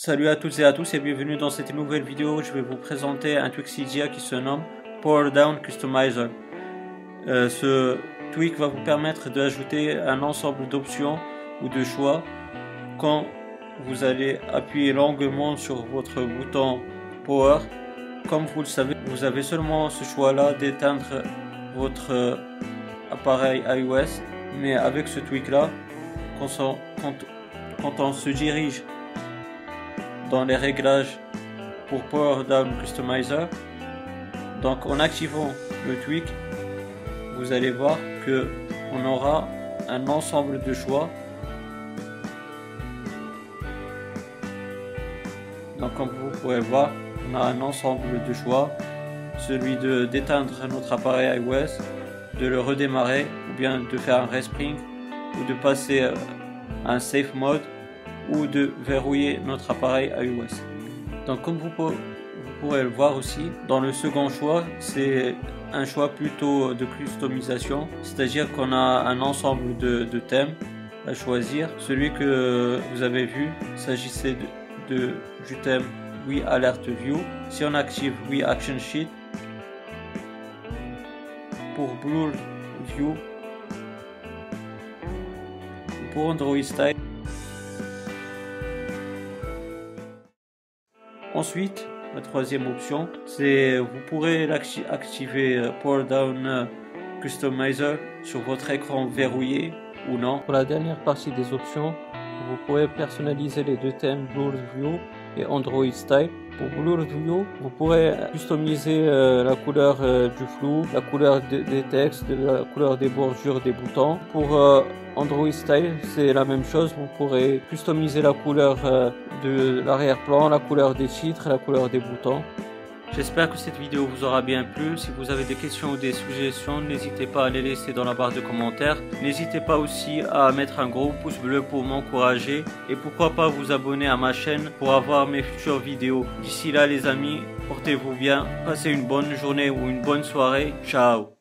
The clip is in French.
Salut à toutes et à tous et bienvenue dans cette nouvelle vidéo. Je vais vous présenter un tweak Cydia qui se nomme Power Down Customizer. Ce tweak va vous permettre d'ajouter un ensemble d'options ou de choix quand vous allez appuyer longuement sur votre bouton Power. Comme vous le savez, vous avez seulement ce choix là d'éteindre votre appareil iOS, mais avec ce tweak là, quand on se dirige dans les réglages pour Power Down Customizer, donc en activant le tweak, vous allez voir que on aura un ensemble de choix. Donc comme vous pouvez voir, on a un ensemble de choix, celui d'éteindre notre appareil iOS, de le redémarrer, ou bien de faire un respring, ou de passer à un safe mode, ou de verrouiller notre appareil iOS. Donc comme vous pourrez le voir aussi, dans le second choix, c'est un choix plutôt de customisation, c'est-à-dire qu'on a un ensemble de thèmes à choisir. Celui que vous avez vu, s'agissait du thème We Alert View. Si on active We Action Sheet, pour Blur View, pour Android Style. Ensuite, la troisième option, c'est vous pourrez activer Power Down Customizer sur votre écran verrouillé ou non. Pour la dernière partie des options, vous pourrez personnaliser les deux thèmes Blur View et Android Style. Pour Blur View, vous pourrez customiser la couleur du flou, la couleur des textes, la couleur des bordures des boutons. Pour Android Style, c'est la même chose, vous pourrez customiser la couleur de l'arrière-plan, la couleur des titres, la couleur des boutons. J'espère que cette vidéo vous aura bien plu. Si vous avez des questions ou des suggestions, n'hésitez pas à les laisser dans la barre de commentaires. N'hésitez pas aussi à mettre un gros pouce bleu pour m'encourager. Et pourquoi pas vous abonner à ma chaîne pour avoir mes futures vidéos. D'ici là les amis, portez-vous bien, passez une bonne journée ou une bonne soirée. Ciao.